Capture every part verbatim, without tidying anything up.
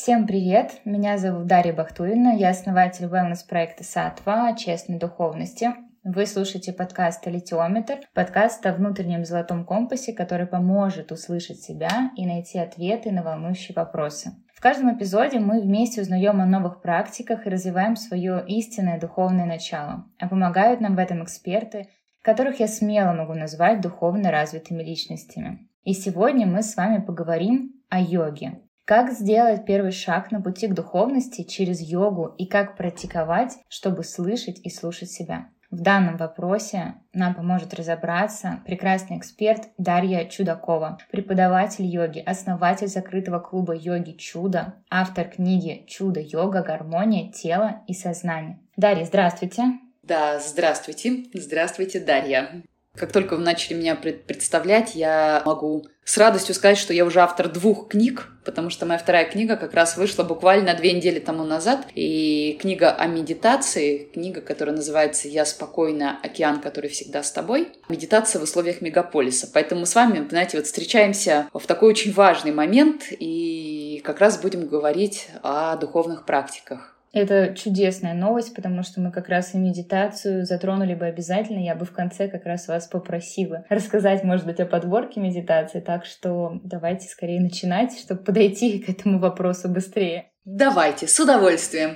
Всем привет! Меня зовут Дарья Бахтурина, я основатель wellness-проекта Сатва «Честной духовности». Вы слушаете подкаст «Алитиометр», подкаст о внутреннем золотом компасе, который поможет услышать себя и найти ответы на волнующие вопросы. В каждом эпизоде мы вместе узнаем о новых практиках и развиваем свое истинное духовное начало. А помогают нам в этом эксперты, которых я смело могу назвать духовно развитыми личностями. И сегодня мы с вами поговорим о йоге. Как сделать первый шаг на пути к духовности через йогу и как практиковать, чтобы слышать и слушать себя. В данном вопросе нам поможет разобраться прекрасный эксперт Дарья Чудакова, преподаватель йоги, основатель закрытого клуба йоги «Чудо», автор книги «Чудо-йога. Гармония тела и сознания». Дарья, здравствуйте. Да, здравствуйте. Здравствуйте, Дарья. Как только вы начали меня представлять, я могу с радостью сказать, что я уже автор двух книг, потому что моя вторая книга как раз вышла буквально две недели тому назад. И книга о медитации, книга, которая называется «Я спокойна, океан, который всегда с тобой». Медитация в условиях мегаполиса. Поэтому мы с вами, знаете, вот встречаемся в такой очень важный момент и как раз будем говорить о духовных практиках. Это чудесная новость, потому что мы как раз и медитацию затронули бы обязательно. Я бы в конце как раз вас попросила рассказать, может быть, о подборке медитации. Так что давайте скорее начинать, чтобы подойти к этому вопросу быстрее. Давайте, с удовольствием.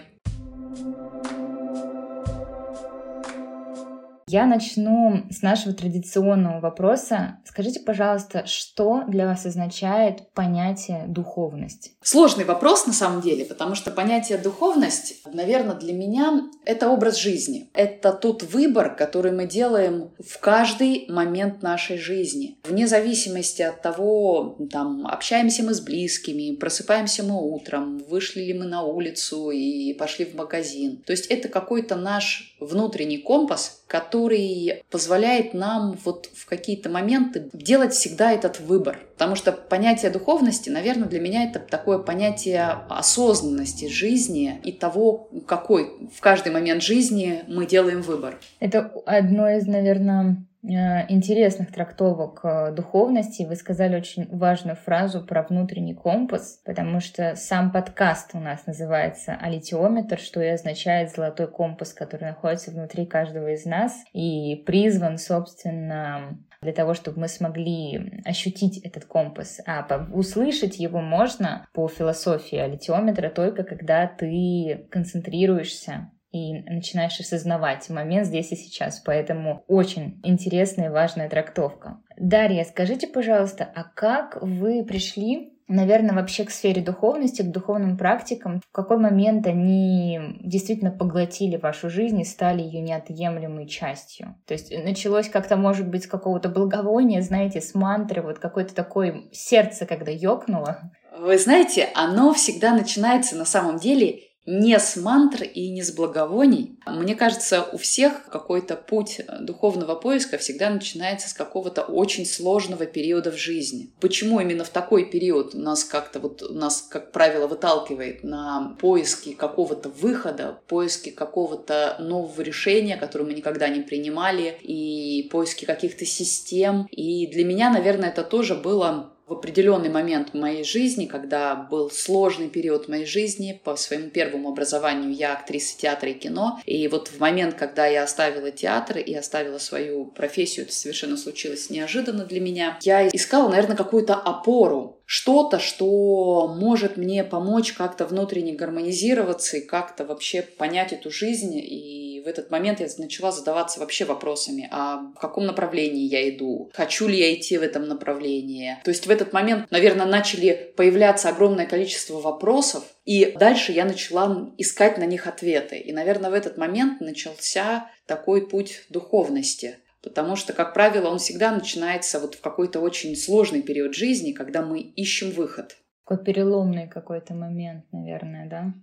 Я начну с нашего традиционного вопроса. Скажите, пожалуйста, что для вас означает понятие духовность? Сложный вопрос на самом деле, потому что понятие духовность, наверное, для меня это образ жизни. Это тот выбор, который мы делаем в каждый момент нашей жизни. Вне зависимости от того, там, общаемся мы с близкими, просыпаемся мы утром, вышли ли мы на улицу и пошли в магазин. То есть это какой-то наш внутренний компас, который позволяет нам вот в какие-то моменты делать всегда этот выбор. Потому что понятие духовности, наверное, для меня это такое понятие осознанности жизни и того, какой в каждый момент жизни мы делаем выбор. Это одно из, наверное, интересных трактовок духовности. Вы сказали очень важную фразу про внутренний компас, потому что сам подкаст у нас называется «Алитиометр», что и означает «золотой компас», который находится внутри каждого из нас и призван, собственно, для того, чтобы мы смогли ощутить этот компас. А услышать его можно по философии алитиометра только когда ты концентрируешься и начинаешь осознавать момент здесь и сейчас. Поэтому очень интересная и важная трактовка. Дарья, скажите, пожалуйста, а как вы пришли, наверное, вообще к сфере духовности, к духовным практикам? В какой момент они действительно поглотили вашу жизнь и стали ее неотъемлемой частью? То есть началось как-то, может быть, с какого-то благовония, знаете, с мантры, вот какое-то такое сердце, когда ёкнуло? Вы знаете, оно всегда начинается на самом деле не с мантр и не с благовоний. Мне кажется, у всех какой-то путь духовного поиска всегда начинается с какого-то очень сложного периода в жизни. Почему именно в такой период нас как-то вот нас, как правило, выталкивает на поиски какого-то выхода, поиски какого-то нового решения, которое мы никогда не принимали, и поиски каких-то систем. И для меня, наверное, это тоже было в определенный момент в моей жизни, когда был сложный период в моей жизни. По своему первому образованию я актриса театра и кино. И вот в момент, когда я оставила театр и оставила свою профессию, это совершенно случилось неожиданно для меня, я искала, наверное, какую-то опору. Что-то, что может мне помочь как-то внутренне гармонизироваться и как-то вообще понять эту жизнь. И в этот момент я начала задаваться вообще вопросами, а в каком направлении я иду? Хочу ли я идти в этом направлении? То есть в этот момент, наверное, начали появляться огромное количество вопросов, и дальше я начала искать на них ответы. И, наверное, в этот момент начался такой путь духовности. Потому что, как правило, он всегда начинается вот в какой-то очень сложный период жизни, когда мы ищем выход. Такой переломный какой-то момент, наверное, да?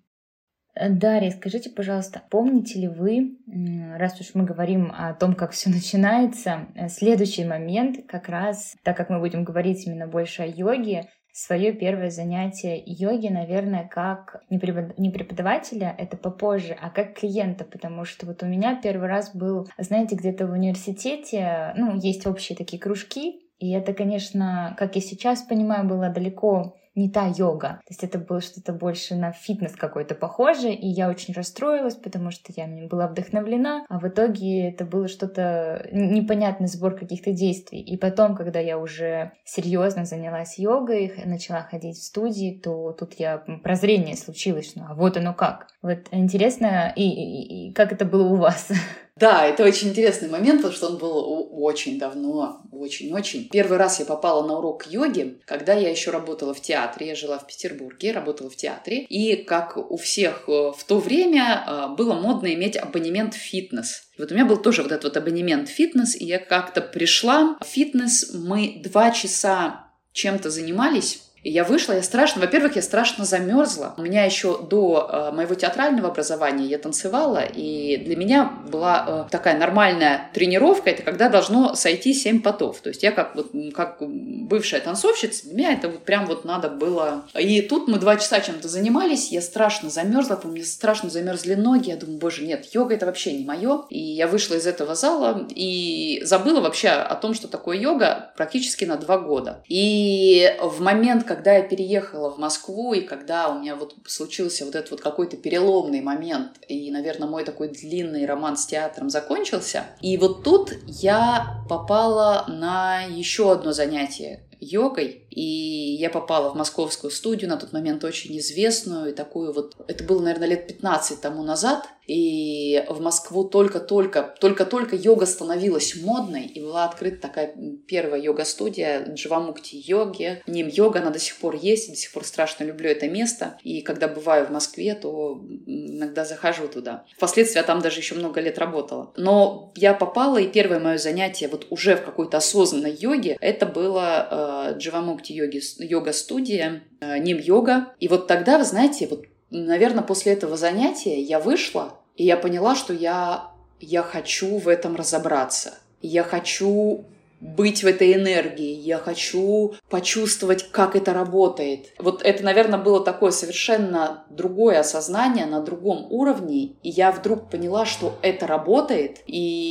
Дарья, скажите, пожалуйста, помните ли вы, раз уж мы говорим о том, как все начинается, следующий момент, как раз, так как мы будем говорить именно больше о йоге, свое первое занятие йоги, наверное, как не преподавателя, это попозже, а как клиента, потому что вот у меня первый раз был, знаете, где-то в университете, ну, есть общие такие кружки, и это, конечно, как я сейчас понимаю, было далеко не та йога. То есть это было что-то больше на фитнес какой-то похоже, и я очень расстроилась, потому что я была вдохновлена, а в итоге это было что-то непонятный сбор каких-то действий. И потом, когда я уже серьезно занялась йогой, начала ходить в студии, то тут я прозрение случилось, ну а вот оно как. Вот интересно, и, и, и как это было у вас? Да, это очень интересный момент, потому что он был очень давно, очень-очень. Первый раз я попала на урок йоги, когда я еще работала в театре. Я жила в Петербурге, работала в театре. И, как у всех в то время, было модно иметь абонемент в фитнес. И вот у меня был тоже вот этот вот абонемент в фитнес, и я как-то пришла в фитнес. Мы два часа чем-то занимались. И я вышла, я страшно, во-первых, я страшно замерзла. У меня еще до э, моего театрального образования я танцевала, и для меня была э, такая нормальная тренировка, это когда должно сойти семь потов. То есть я как, вот, как бывшая танцовщица, для меня это вот прям вот надо было. И тут мы два часа чем-то занимались, я страшно замерзла, у меня страшно замерзли ноги, я думаю, боже, нет, йога это вообще не мое. И я вышла из этого зала и забыла вообще о том, что такое йога, практически на два года. И в момент, когда я переехала в Москву, и когда у меня вот случился вот этот вот какой-то переломный момент, и, наверное, мой такой длинный роман с театром закончился, и вот тут я попала на еще одно занятие йогой, и я попала в московскую студию, на тот момент очень известную, и такую вот, это было, наверное, лет пятнадцать тому назад, и в Москву только-только, только-только йога становилась модной, и была открыта такая первая йога-студия Дживамукти йоги, Ним-йога, она до сих пор есть, до сих пор страшно люблю это место, и когда бываю в Москве, то иногда захожу туда. Впоследствии я там даже еще много лет работала. Но я попала, и первое мое занятие вот уже в какой-то осознанной йоге, это было э, Дживамукти йоги, йога-студия, э, Ним-йога, и вот тогда, вы знаете, вот, наверное, после этого занятия я вышла, и я поняла, что я, я хочу в этом разобраться. Я хочу быть в этой энергии, я хочу почувствовать, как это работает. Вот это, наверное, было такое совершенно другое осознание на другом уровне, и я вдруг поняла, что это работает,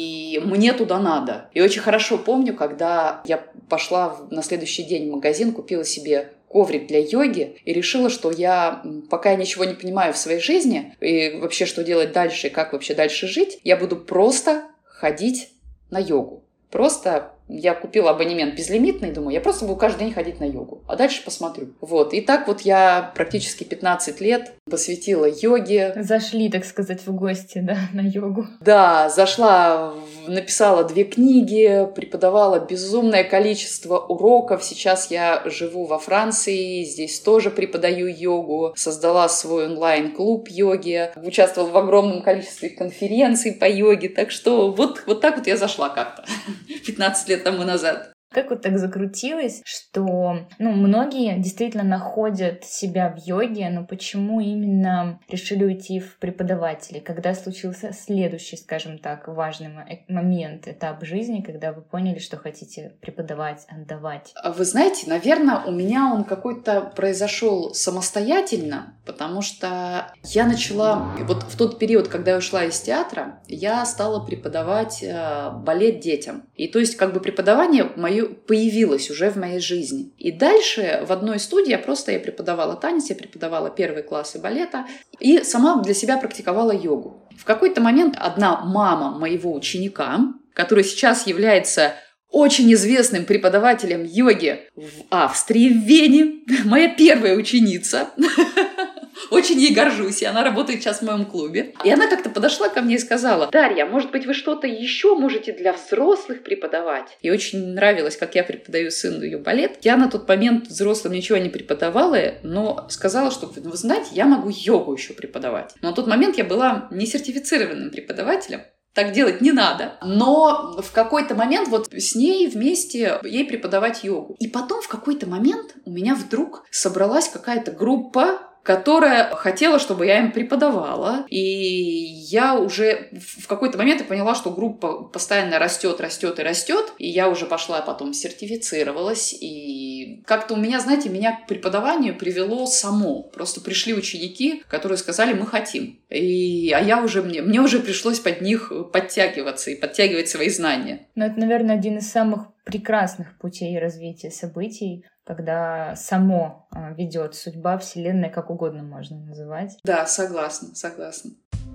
и мне туда надо. И очень хорошо помню, когда я пошла на следующий день в магазин, купила себе коврик для йоги и решила, что я, пока я ничего не понимаю в своей жизни, и вообще, что делать дальше, и как вообще дальше жить, я буду просто ходить на йогу. Просто я купила абонемент безлимитный, думаю, я просто буду каждый день ходить на йогу, а дальше посмотрю. Вот, и так вот я практически пятнадцать лет посвятила йоге. Зашли, так сказать, в гости, да, на йогу. Да, зашла, написала две книги, преподавала безумное количество уроков. Сейчас я живу во Франции, здесь тоже преподаю йогу, создала свой онлайн-клуб йоги, участвовала в огромном количестве конференций по йоге, так что вот, вот так вот я зашла как-то пятнадцать лет тому назад. Как вот так закрутилось, что ну, многие действительно находят себя в йоге, но почему именно решили уйти в преподаватели? Когда случился следующий, скажем так, важный момент, этап жизни, когда вы поняли, что хотите преподавать, отдавать? Вы знаете, наверное, у меня он какой-то произошел самостоятельно, потому что я начала... Вот в тот период, когда я ушла из театра, я стала преподавать балет детям. И то есть как бы преподавание мое появилось уже в моей жизни. И дальше в одной студии я просто я преподавала танец, я преподавала первые классы балета и сама для себя практиковала йогу. В какой-то момент одна мама моего ученика, который сейчас является очень известным преподавателем йоги в Австрии, в Вене, моя первая ученица, очень ей горжусь, и она работает сейчас в моем клубе. И она как-то подошла ко мне и сказала: «Дарья, может быть, вы что-то еще можете для взрослых преподавать?» Ей очень нравилось, как я преподаю сыну ее балет. Я на тот момент взрослым ничего не преподавала, но сказала, что, вы знаете, я могу йогу еще преподавать. Но на тот момент я была не сертифицированным преподавателем. Так делать не надо. Но в какой-то момент вот с ней вместе ей преподавать йогу. И потом в какой-то момент у меня вдруг собралась какая-то группа, которая хотела, чтобы я им преподавала. И я уже в какой-то момент я поняла, что группа постоянно растет, растет и растет. И я уже пошла потом сертифицировалась. И как-то у меня, знаете, меня к преподаванию привело само. Просто пришли ученики, которые сказали: мы хотим. И, а я уже, мне, мне уже пришлось под них подтягиваться и подтягивать свои знания. Ну, это, наверное, один из самых прекрасных путей развития событий, когда само ведет судьба, вселенная, как угодно можно называть. Да, согласна, согласна.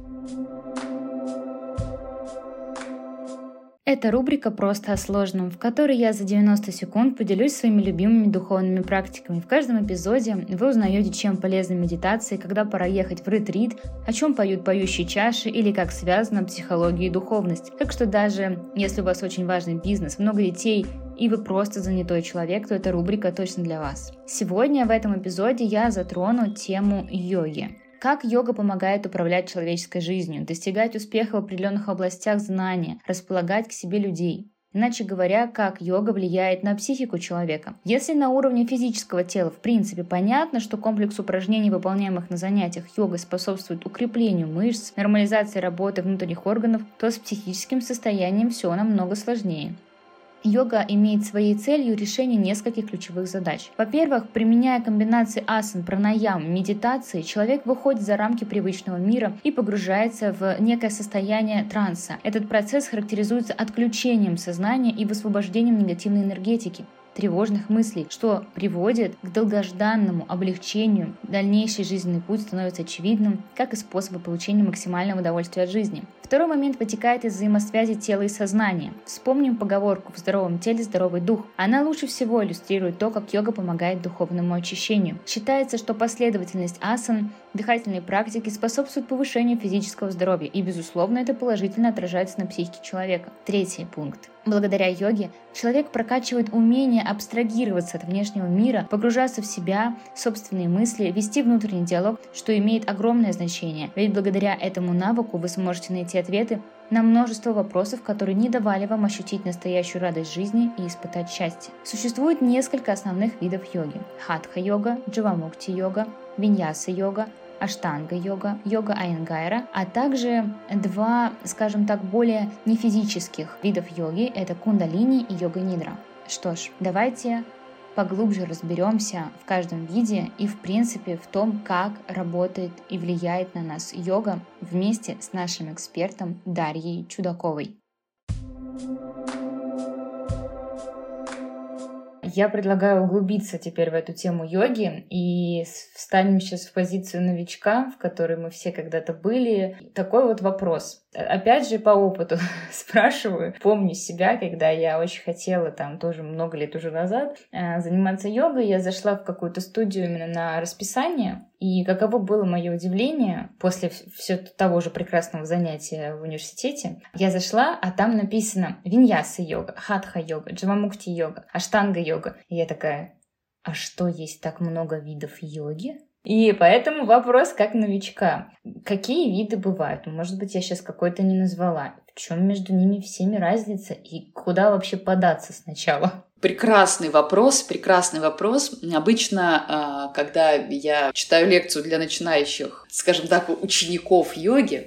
Это рубрика «Просто о сложном», в которой я за девяносто секунд поделюсь своими любимыми духовными практиками. В каждом эпизоде вы узнаете, чем полезна медитация, когда пора ехать в ретрит, о чем поют поющие чаши или как связана психология и духовность. Так что даже если у вас очень важный бизнес, много детей и вы просто занятой человек, то эта рубрика точно для вас. Сегодня в этом эпизоде я затрону тему йоги. Как йога помогает управлять человеческой жизнью, достигать успеха в определенных областях знания, располагать к себе людей. Иначе говоря, как йога влияет на психику человека. Если на уровне физического тела в принципе понятно, что комплекс упражнений, выполняемых на занятиях йогой, способствует укреплению мышц, нормализации работы внутренних органов, то с психическим состоянием все намного сложнее. Йога имеет своей целью решение нескольких ключевых задач. Во-первых, применяя комбинации асан, пранаям, медитации, человек выходит за рамки привычного мира и погружается в некое состояние транса. Этот процесс характеризуется отключением сознания и высвобождением негативной энергетики, тревожных мыслей, что приводит к долгожданному облегчению. Дальнейший жизненный путь становится очевидным, как и способы получения максимального удовольствия от жизни. Второй момент вытекает из взаимосвязи тела и сознания. Вспомним поговорку «в здоровом теле здоровый дух». Она лучше всего иллюстрирует то, как йога помогает духовному очищению. Считается, что последовательность асан, дыхательной практики способствует повышению физического здоровья, и, безусловно, это положительно отражается на психике человека. Третий пункт. Благодаря йоге человек прокачивает умение абстрагироваться от внешнего мира, погружаться в себя, собственные мысли, вести внутренний диалог, что имеет огромное значение, ведь благодаря этому навыку вы сможете найти ответы на множество вопросов, которые не давали вам ощутить настоящую радость жизни и испытать счастье. Существует несколько основных видов йоги: хатха-йога, дживамукти-йога, виньяса-йога, аштанга-йога, йога Айенгара, а также два, скажем так, более нефизических видов йоги — это кундалини и йога-нидра. Что ж, давайте поглубже разберемся в каждом виде и, в принципе, в том, как работает и влияет на нас йога вместе с нашим экспертом Дарьей Чудаковой. Я предлагаю углубиться теперь в эту тему йоги и встанем сейчас в позицию новичка, в которой мы все когда-то были. Такой вот вопрос. Опять же, по опыту спрашиваю. Помню себя, когда я очень хотела, там тоже много лет уже назад, заниматься йогой. Я зашла в какую-то студию именно на расписание. И каково было мое удивление после все того же прекрасного занятия в университете. Я зашла, а там написано виньяса-йога, хатха-йога, дживамукти-йога, аштанга-йога. И я такая: а что, есть так много видов йоги? И поэтому вопрос как новичка. Какие виды бывают? Может быть, я сейчас какой-то не назвала. В чем между ними всеми разница? И куда вообще податься сначала? Прекрасный вопрос, прекрасный вопрос. Обычно, когда я читаю лекцию для начинающих, скажем так, учеников йоги,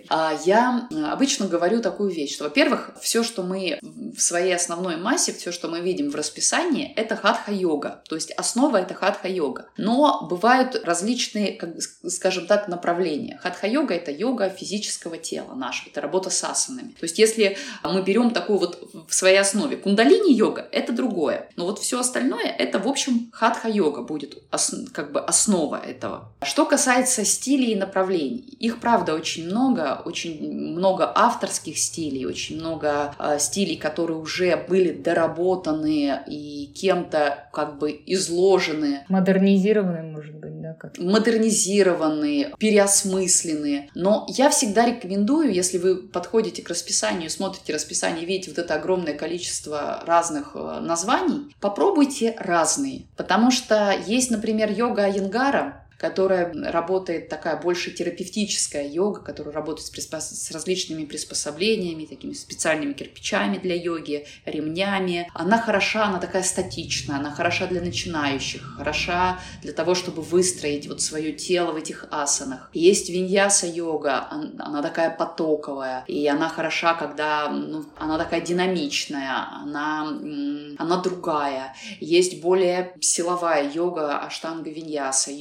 я обычно говорю такую вещь, что, во-первых, все, что мы в своей основной массе, все, что мы видим в расписании, это хатха-йога, то есть основа — это хатха-йога. Но бывают различные, скажем так, направления. Хатха-йога — это йога физического тела нашего, это работа с асанами. То есть если мы берем такую вот в своей основе кундалини-йога, это другое. Но вот все остальное — это, в общем, хатха-йога будет ос- как бы основа этого. Что касается стилей и направлений, их, правда, очень много, очень много авторских стилей, очень много э, стилей, которые уже были доработаны и кем-то как бы изложены. Модернизированы, может быть, да? Как? Модернизированы, переосмыслены. Но я всегда рекомендую, если вы подходите к расписанию, смотрите расписание, видите вот это огромное количество разных э, названий, попробуйте разные, потому что есть, например, йога Айенгара, которая работает, такая больше терапевтическая йога, которая работает с, приспос... с различными приспособлениями, такими специальными кирпичами для йоги, ремнями. Она хороша, она такая статичная, она хороша для начинающих, хороша для того, чтобы выстроить вот свое тело в этих асанах. Есть виньяса-йога, она такая потоковая, и она хороша, когда ну, она такая динамичная, она, она другая. Есть более силовая йога, аштанга-виньяса-йога.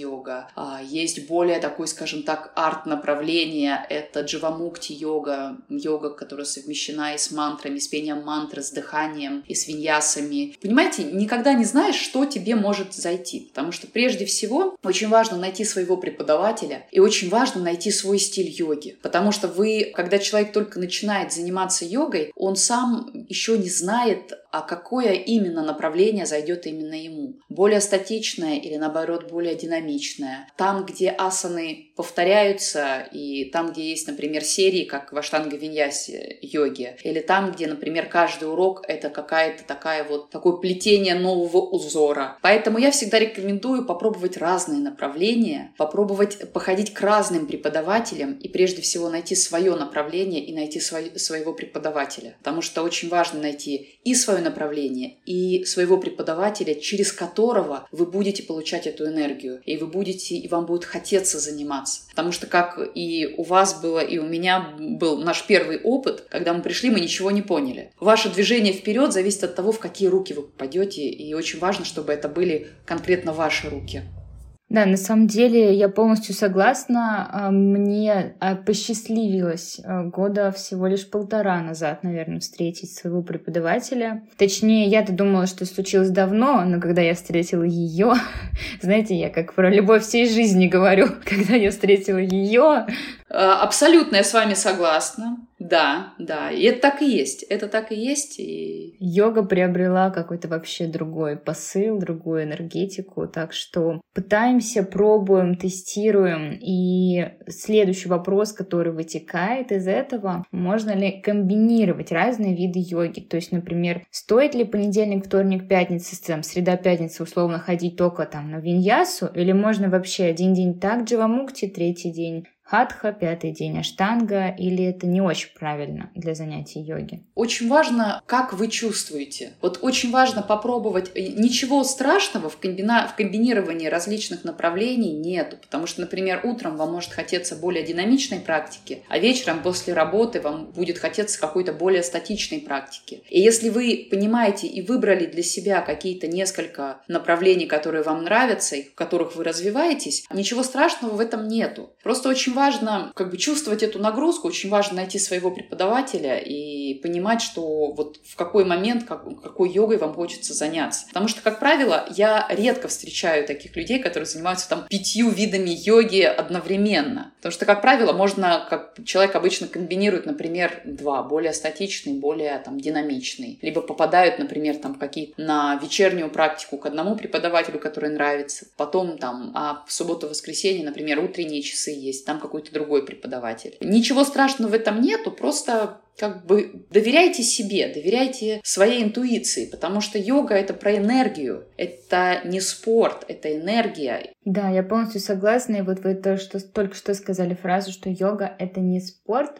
йога, есть более такой, скажем так, арт-направление, это дживамукти-йога, йога, которая совмещена и с мантрами, с пением мантры, с дыханием и с виньясами. Понимаете, никогда не знаешь, что тебе может зайти, потому что прежде всего очень важно найти своего преподавателя и очень важно найти свой стиль йоги, потому что вы, когда человек только начинает заниматься йогой, он сам еще не знает, а какое именно направление зайдет именно ему. Более статичное или, наоборот, более динамичное. Там, где асаны повторяются, и там, где есть, например, серии, как в аштанга-виньясе йоги, или там, где, например, каждый урок — это какая-то такая вот, такое плетение нового узора. Поэтому я всегда рекомендую попробовать разные направления, попробовать походить к разным преподавателям и, прежде всего, найти свое направление и найти свой, своего преподавателя. Потому что очень важно найти и свое направление, и своего преподавателя, через которого вы будете получать эту энергию, и вы будете, и вам будет хотеться заниматься. Потому что как и у вас было, и у меня был наш первый опыт, когда мы пришли, мы ничего не поняли. Ваше движение вперед зависит от того, в какие руки вы попадете, и очень важно, чтобы это были конкретно ваши руки. Да, на самом деле я полностью согласна. Мне посчастливилось года всего лишь полтора назад, наверное, встретить своего преподавателя. Точнее, я-то думала, что случилось давно, но когда я встретила ее, знаете, я как про любовь всей жизни говорю, когда я встретила ее. Абсолютно я с вами согласна. Да, да, и это так и есть, это так и есть. И... Йога приобрела какой-то вообще другой посыл, другую энергетику, так что пытаемся, пробуем, тестируем. И следующий вопрос, который вытекает из этого, можно ли комбинировать разные виды йоги? То есть, например, стоит ли понедельник, вторник, пятница, там, среда, пятница условно ходить только там на виньясу, или можно вообще один день так дживамукти, третий день хатха, пятый день аштанга, или это не очень правильно для занятий йоги? Очень важно, как вы чувствуете. Вот очень важно попробовать. Ничего страшного в, комбина... в комбинировании различных направлений нету, потому что, например, утром вам может хотеться более динамичной практики, а вечером после работы вам будет хотеться какой-то более статичной практики. И если вы понимаете и выбрали для себя какие-то несколько направлений, которые вам нравятся и в которых вы развиваетесь, ничего страшного в этом нету. Просто очень важно как бы чувствовать эту нагрузку, очень важно найти своего преподавателя и понимать, что вот в какой момент, как, какой йогой вам хочется заняться. Потому что, как правило, я редко встречаю таких людей, которые занимаются там пятью видами йоги одновременно. Потому что, как правило, можно, как человек обычно комбинирует, например, два, более статичный, более там динамичный. Либо попадают, например, там какие-то на вечернюю практику к одному преподавателю, который нравится. Потом там, а в субботу-воскресенье, например, утренние часы есть, там какой-то другой преподаватель. Ничего страшного в этом нету, просто как бы доверяйте себе, доверяйте своей интуиции, потому что йога — это про энергию, это не спорт, это энергия. Да, я полностью согласна, и вот вы то, что только что сказали фразу, что йога — это не спорт,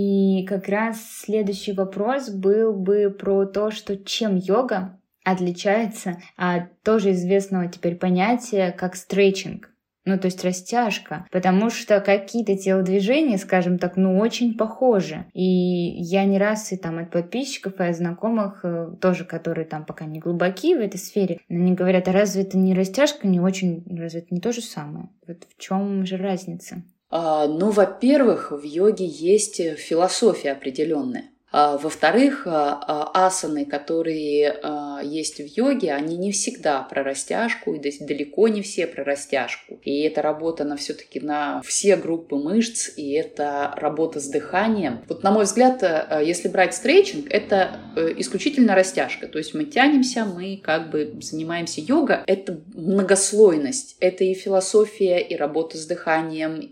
и как раз следующий вопрос был бы про то, что чем йога отличается от тоже известного теперь понятия, как стретчинг. Ну, то есть растяжка, потому что какие-то телодвижения, скажем так, ну, очень похожи. И я не раз и там от подписчиков, и от знакомых, тоже, которые там пока не глубоки в этой сфере, они говорят, а разве это не растяжка, не очень, разве это не то же самое? Вот в чем же разница? А, ну, во-первых, в йоге есть философия определенная. А, во-вторых, асаны, которые есть в йоге, они не всегда про растяжку, и далеко не все про растяжку. И это работа на все-таки на все группы мышц, и это работа с дыханием. Вот, на мой взгляд, если брать стретчинг, это исключительно растяжка. То есть мы тянемся, мы как бы занимаемся йога. Это многослойность. Это и философия, и работа с дыханием,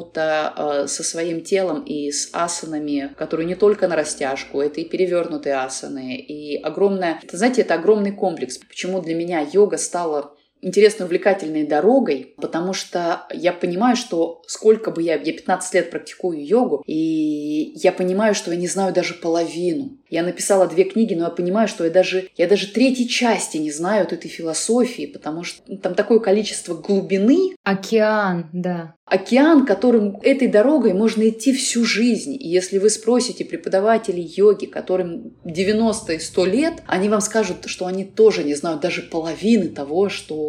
работа со своим телом и с асанами, которые не только на растяжку, это и перевернутые асаны, и огромное... Это, знаете, это огромный комплекс. Почему для меня йога стала интересной, увлекательной дорогой? Потому что я понимаю, что сколько бы я... Я пятнадцать лет практикую йогу, и я понимаю, что я не знаю даже половину. Я написала две книги, но я понимаю, что я даже, я даже третьей части не знаю от этой философии, потому что там такое количество глубины. Океан, да. Океан, которым этой дорогой можно идти всю жизнь. И если вы спросите преподавателей йоги, которым девяносто и сто лет, они вам скажут, что они тоже не знают даже половины того, что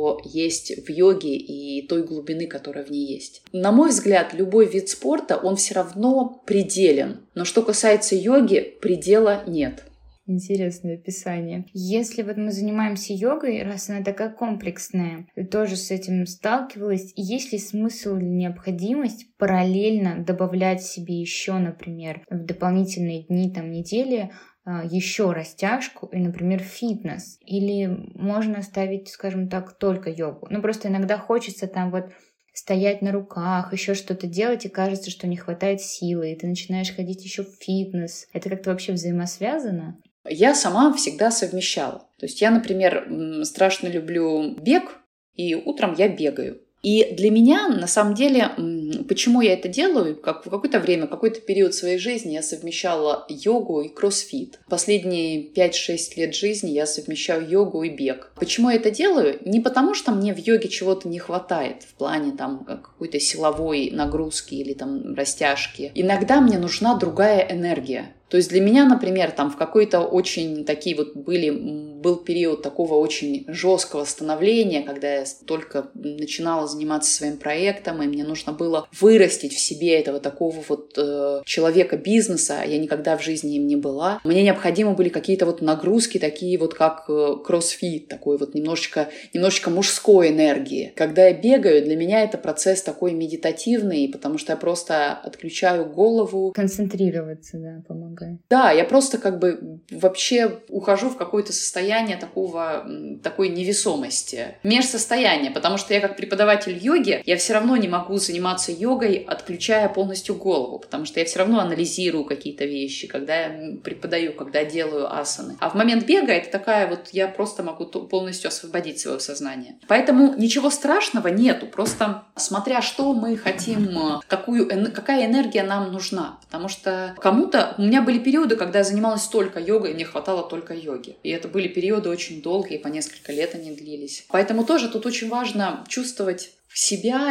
что есть в йоге и той глубины, которая в ней есть. На мой взгляд, любой вид спорта, он все равно пределен. Но что касается йоги, предела нет. Интересное описание. Если вот мы занимаемся йогой, раз она такая комплексная, ты тоже с этим сталкивалась, есть ли смысл или необходимость параллельно добавлять себе еще, например, в дополнительные дни, там, недели, еще растяжку и, например, фитнес? Или можно ставить, скажем так, только йогу? Ну, просто иногда хочется там вот стоять на руках, еще что-то делать, и кажется, что не хватает силы, и ты начинаешь ходить еще в фитнес. Это как-то вообще взаимосвязано? Я сама всегда совмещала. То есть я, например, страшно люблю бег, и утром я бегаю. И для меня, на самом деле, почему я это делаю, как в какое-то время, какой-то период своей жизни я совмещала йогу и кроссфит. Последние пять-шесть лет жизни я совмещаю йогу и бег. Почему я это делаю? Не потому, что мне в йоге чего-то не хватает в плане там какой-то силовой нагрузки или там растяжки. Иногда мне нужна другая энергия. То есть для меня, например, там в какой-то очень такие вот были, был период такого очень жесткого становления, когда я только начинала заниматься своим проектом, и мне нужно было вырастить в себе этого такого вот э, человека бизнеса, я никогда в жизни им не была. Мне необходимы были какие-то вот нагрузки, такие вот как э, кроссфит, такой вот немножечко, немножечко мужской энергии. Когда я бегаю, для меня это процесс такой медитативный, потому что я просто отключаю голову. Концентрироваться, да, помогает. Да, я просто как бы вообще ухожу в какое-то состояние такого, такой невесомости, межсостояния, потому что я как преподаватель йоги, я все равно не могу заниматься йогой, отключая полностью голову, потому что я все равно анализирую какие-то вещи, когда я преподаю, когда делаю асаны. А в момент бега это такая вот, я просто могу полностью освободить свое сознание. Поэтому ничего страшного нету, просто смотря что мы хотим, какую, какая энергия нам нужна, потому что кому-то, у меня были периоды, когда я занималась только йогой, и мне хватало только йоги. И это были периоды очень долгие, по несколько лет они длились. Поэтому тоже тут очень важно чувствовать себя,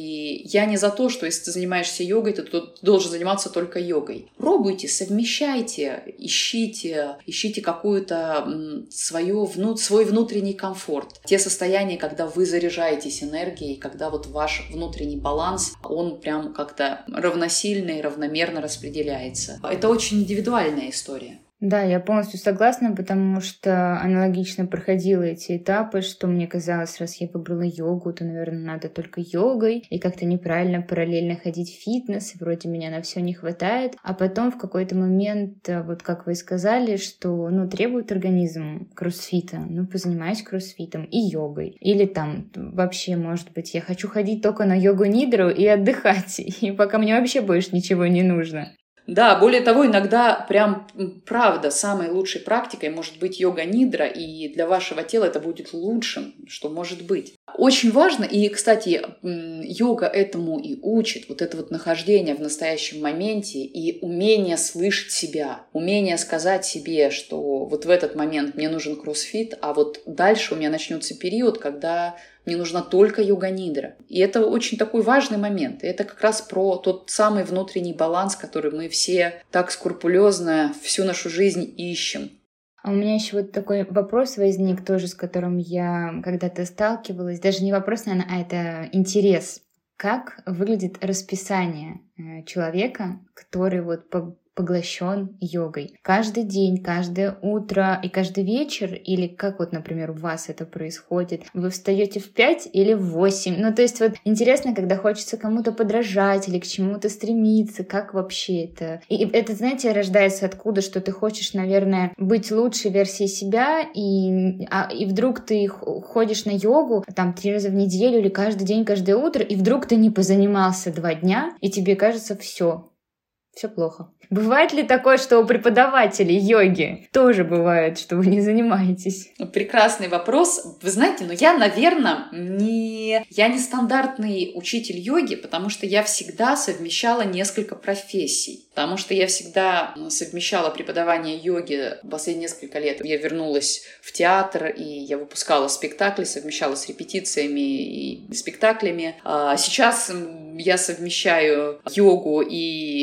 и я не за то, что если ты занимаешься йогой, то ты должен заниматься только йогой. Пробуйте, совмещайте, ищите, ищите какую-то свою, вну, свой внутренний комфорт. Те состояния, когда вы заряжаетесь энергией, когда вот ваш внутренний баланс, он прям как-то равносильно и равномерно распределяется. Это очень индивидуальная история. Да, я полностью согласна, потому что аналогично проходила эти этапы, что мне казалось, раз я выбрала йогу, то, наверное, надо только йогой, и как-то неправильно параллельно ходить в фитнес, и вроде меня на все не хватает. А потом в какой-то момент, вот как вы сказали, что, ну, требует организм кроссфита, ну, позанимаюсь кроссфитом и йогой. Или там вообще, может быть, я хочу ходить только на йогу-нидру и отдыхать, и пока мне вообще больше ничего не нужно. Да, более того, иногда прям правда самой лучшей практикой может быть йога-нидра, и для вашего тела это будет лучшим, что может быть. Очень важно, и, кстати, йога этому и учит, вот это вот нахождение в настоящем моменте и умение слышать себя, умение сказать себе, что вот в этот момент мне нужен кроссфит, а вот дальше у меня начнется период, когда мне нужна только йога-нидра. И это очень такой важный момент. И это как раз про тот самый внутренний баланс, который мы все так скрупулезно всю нашу жизнь ищем. А у меня еще вот такой вопрос возник тоже, с которым я когда-то сталкивалась. Даже не вопрос, наверное, а это интерес. Как выглядит расписание человека, который вот поглощен йогой? Каждый день, каждое утро и каждый вечер? Или как вот, например, у вас это происходит? Вы встаете в пять или в восемь? Ну, то есть вот интересно, когда хочется кому-то подражать или к чему-то стремиться, как вообще это? И это, знаете, рождается откуда, что ты хочешь, наверное, быть лучшей версией себя, и, а, и вдруг ты ходишь на йогу там три раза в неделю или каждый день, каждое утро, и вдруг ты не позанимался два дня, и тебе кажется, все, все плохо. Бывает ли такое, что у преподавателей йоги тоже бывает, что вы не занимаетесь? Прекрасный вопрос. Вы знаете, ну я, наверное, не... я не стандартный учитель йоги, потому что я всегда совмещала несколько профессий. Потому что я всегда совмещала преподавание йоги последние несколько лет. Я вернулась в театр, и я выпускала спектакли, совмещала с репетициями и спектаклями. А сейчас я совмещаю йогу и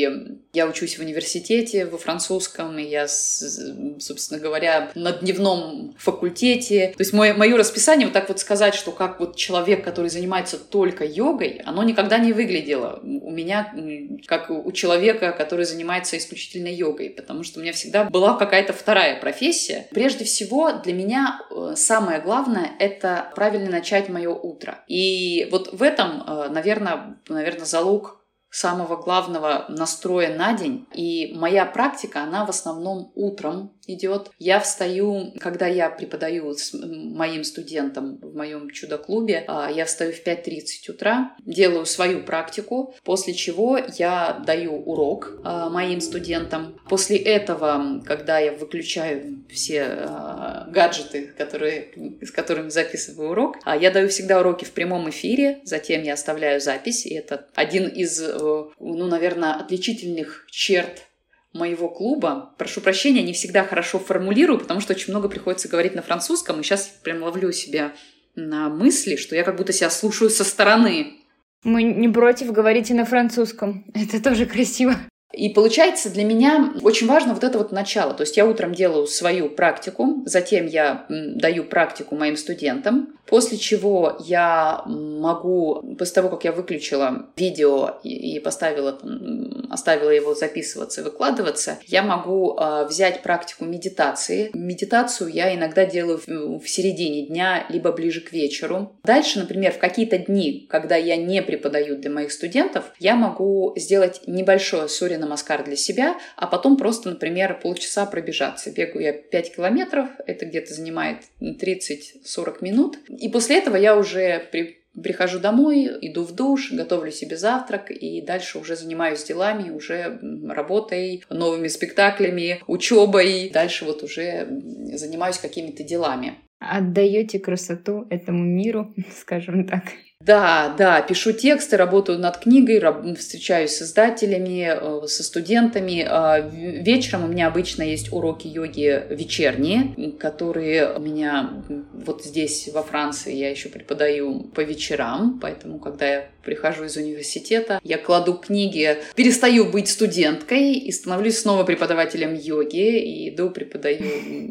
Я учусь в университете во французском, и я, собственно говоря, на дневном факультете. То есть мое, мое расписание, вот так вот сказать, что как вот человек, который занимается только йогой, оно никогда не выглядело у меня как у человека, который занимается исключительно йогой, потому что у меня всегда была какая-то вторая профессия. Прежде всего, для меня самое главное — это правильно начать мое утро. И вот в этом, наверное, наверное, залог самого главного настроя на день. И моя практика, она в основном утром идет. Я встаю, когда я преподаю с моим студентам в моем чудо-клубе, я встаю в пять тридцать утра, делаю свою практику, после чего я даю урок моим студентам. После этого, когда я выключаю все гаджеты, которые, с которыми записываю урок, я даю всегда уроки в прямом эфире, затем я оставляю запись, и это один из, ну, наверное, отличительных черт моего клуба. Прошу прощения, не всегда хорошо формулирую, потому что очень много приходится говорить на французском, и сейчас прям ловлю себя на мысли, что я как будто себя слушаю со стороны. Мы не против, говорите на французском. Это тоже красиво. И получается, для меня очень важно вот это вот начало. То есть я утром делаю свою практику, затем я даю практику моим студентам, после чего я могу, после того, как я выключила видео и поставила, оставила его записываться и выкладываться, я могу взять практику медитации. Медитацию я иногда делаю в середине дня, либо ближе к вечеру. Дальше, например, в какие-то дни, когда я не преподаю для моих студентов, я могу сделать небольшое сурья намаскар для себя, а потом просто, например, полчаса пробежаться. Бегаю я пять километров, это где-то занимает тридцать-сорок минут. И после этого я уже при, прихожу домой, иду в душ, готовлю себе завтрак и дальше уже занимаюсь делами, уже работой, новыми спектаклями, учебой. Дальше вот уже занимаюсь какими-то делами. Отдаете красоту этому миру, скажем так. Да, да, пишу тексты, работаю над книгой, встречаюсь с издателями, со студентами. Вечером у меня обычно есть уроки йоги вечерние, которые у меня вот здесь, во Франции, я еще преподаю по вечерам, поэтому, когда я прихожу из университета, я кладу книги, перестаю быть студенткой и становлюсь снова преподавателем йоги, и иду преподаю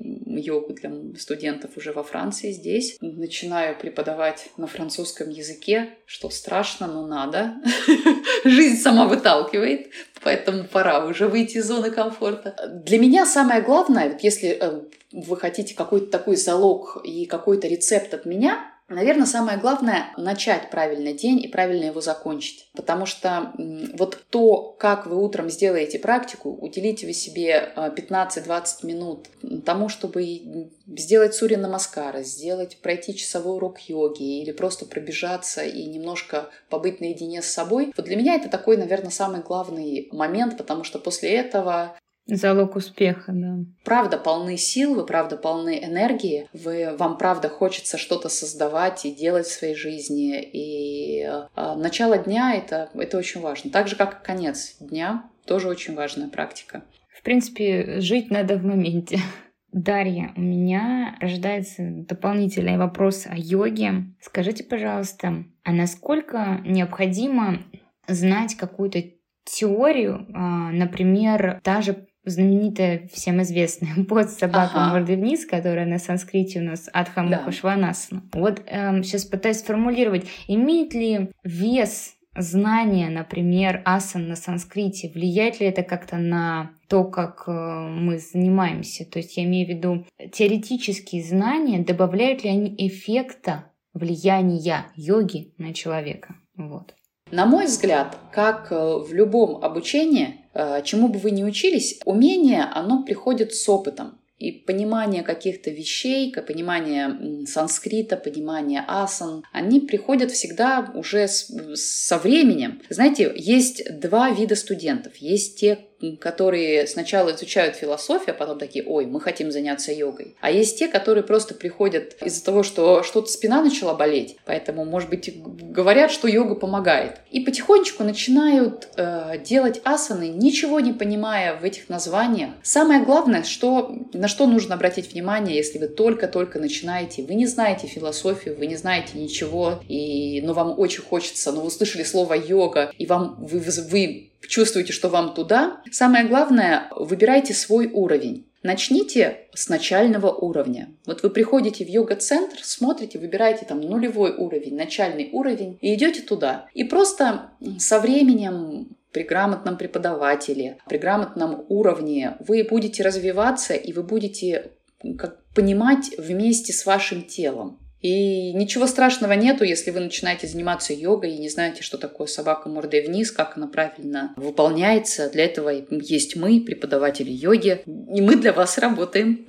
йогу для студентов уже во Франции здесь. Начинаю преподавать на французском языке, что страшно, но надо. Жизнь сама выталкивает, поэтому пора уже выйти из зоны комфорта. Для меня самое главное, вот если вы хотите какой-то такой залог и какой-то рецепт от меня, наверное, самое главное — начать правильно день и правильно его закончить. Потому что вот то, как вы утром сделаете практику, уделите вы себе пятнадцать-двадцать минут тому, чтобы сделать сурья намаскара, сделать, пройти часовой урок йоги или просто пробежаться и немножко побыть наедине с собой. Вот для меня это такой, наверное, самый главный момент, потому что после этого... Залог успеха, да. Правда полны сил, вы правда полны энергии, вы, вам правда хочется что-то создавать и делать в своей жизни. И э, начало дня это, это очень важно. Так же, как и конец дня, тоже очень важная практика. В принципе, жить надо в моменте. Дарья, у меня рождается дополнительный вопрос о йоге. Скажите, пожалуйста, а насколько необходимо знать какую-то теорию, например, та же знаменитая, всем известная «Под собаком ага. мордой вниз», которая на санскрите у нас Адха Мукха Шванасана. Вот э, сейчас пытаюсь сформулировать, имеет ли вес знания, например, асан на санскрите, влияет ли это как-то на то, как э, мы занимаемся? То есть я имею в виду теоретические знания, добавляют ли они эффекта влияния йоги на человека? Вот. На мой взгляд, как в любом обучении, чему бы вы ни учились, умение, оно приходит с опытом. И понимание каких-то вещей, понимание санскрита, понимание асан, они приходят всегда уже с, со временем. Знаете, есть два вида студентов. Есть те, которые сначала изучают философию, а потом такие: ой, мы хотим заняться йогой. А есть те, которые просто приходят из-за того, что что-то спина начала болеть, поэтому, может быть, говорят, что йога помогает. И потихонечку начинают э, делать асаны, ничего не понимая в этих названиях. Самое главное, что, на что нужно обратить внимание, если вы только-только начинаете, вы не знаете философию, вы не знаете ничего, и, но вам очень хочется, но вы услышали слово йога, и вам, вы, вы чувствуете, что вам туда, самое главное, выбирайте свой уровень. Начните с начального уровня. Вот вы приходите в йога-центр, смотрите, выбираете там нулевой уровень, начальный уровень и идете туда. И просто со временем при грамотном преподавателе, при грамотном уровне вы будете развиваться и вы будете как, понимать вместе с вашим телом. И ничего страшного нету, если вы начинаете заниматься йогой и не знаете, что такое собака мордой вниз, как она правильно выполняется. Для этого есть мы, преподаватели йоги, и мы для вас работаем.